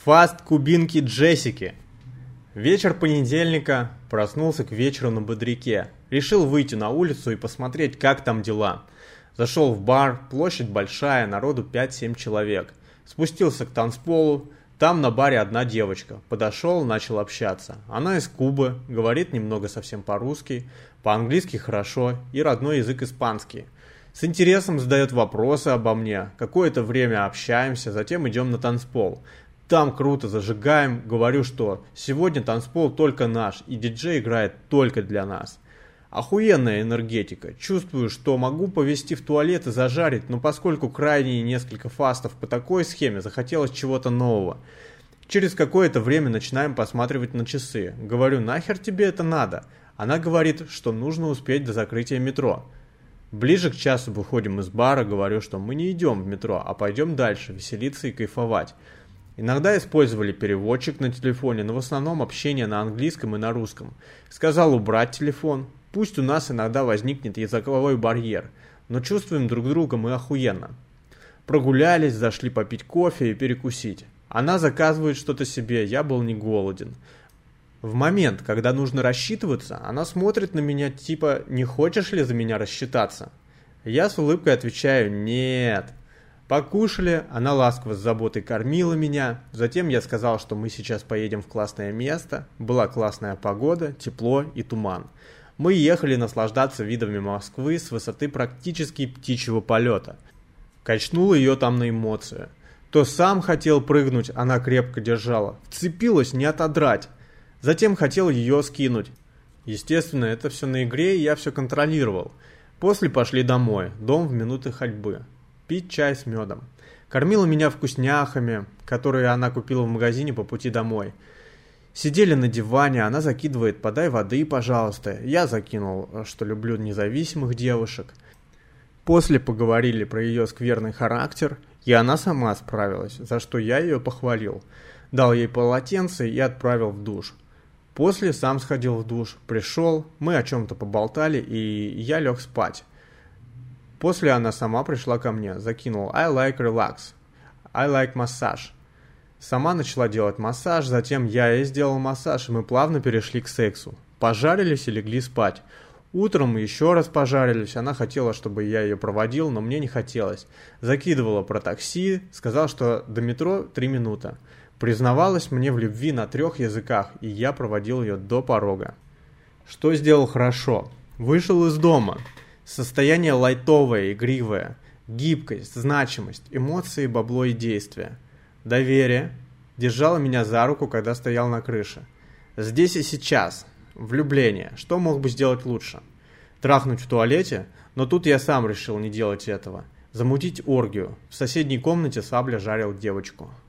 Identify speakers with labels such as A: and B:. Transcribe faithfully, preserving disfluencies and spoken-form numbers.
A: Фаст кубинки Джессики. Вечер понедельника, проснулся к вечеру на бодряке. Решил выйти на улицу и посмотреть, как там дела. Зашел в бар, площадь большая, народу пять-семь человек. Спустился к танцполу, там на баре одна девочка. Подошел, начал общаться. Она из Кубы, говорит немного совсем по-русски, по-английски хорошо и родной язык испанский. С интересом задает вопросы обо мне. Какое-то время общаемся, затем идем на танцпол. Там круто зажигаем, говорю, что сегодня танцпол только наш, и диджей играет только для нас. Охуенная энергетика. Чувствую, что могу повести в туалет и зажарить, но поскольку крайние несколько фастов по такой схеме, захотелось чего-то нового. Через какое-то время начинаем посматривать на часы. Говорю, нахер тебе это надо? Она говорит, что нужно успеть до закрытия метро. Ближе к часу выходим из бара, говорю, что мы не идем в метро, а пойдем дальше, веселиться и кайфовать. Иногда использовали переводчик на телефоне, но в основном общение на английском и на русском. Сказал убрать телефон. Пусть у нас иногда возникнет языковой барьер, но чувствуем друг друга мы охуенно. Прогулялись, зашли попить кофе и перекусить. Она заказывает что-то себе, я был не голоден. В момент, когда нужно рассчитываться, она смотрит на меня типа «не хочешь ли за меня рассчитаться?». Я с улыбкой отвечаю «нет». Покушали, она ласково с заботой кормила меня. Затем я сказал, что мы сейчас поедем в классное место. Была классная погода, тепло и туман. Мы ехали наслаждаться видами Москвы с высоты практически птичьего полета. Качнул ее там на эмоцию. То сам хотел прыгнуть, она крепко держала. Вцепилась, не отодрать. Затем хотел ее скинуть. Естественно, это все на игре, и я все контролировал. После пошли домой, дом в минуты ходьбы. Пить чай с медом. Кормила меня вкусняхами, которые она купила в магазине по пути домой. Сидели на диване, она закидывает «подай воды, пожалуйста». Я закинул, что люблю независимых девушек. После поговорили про ее скверный характер, и она сама справилась, за что я ее похвалил. Дал ей полотенце и отправил в душ. После сам сходил в душ, пришел, мы о чем-то поболтали, и я лег спать. После она сама пришла ко мне, закинул I like relax, I like massage. Сама начала делать массаж, затем я ей сделал массаж, и мы плавно перешли к сексу. Пожарились и легли спать. Утром еще раз пожарились, она хотела, чтобы я ее проводил, но мне не хотелось. Закидывала про такси, сказал, что до метро три минуты. Признавалась мне в любви на трех языках, и я проводил ее до порога. Что сделал хорошо? Вышел из дома. Состояние лайтовое, игривое, гибкость, значимость, эмоции, бабло и действия. Доверие. Держала меня за руку, когда стоял на крыше. Здесь и сейчас. Влюбление. Что мог бы сделать лучше? Трахнуть в туалете? Но тут я сам решил не делать этого. Замутить оргию. В соседней комнате Сабля жарил девочку.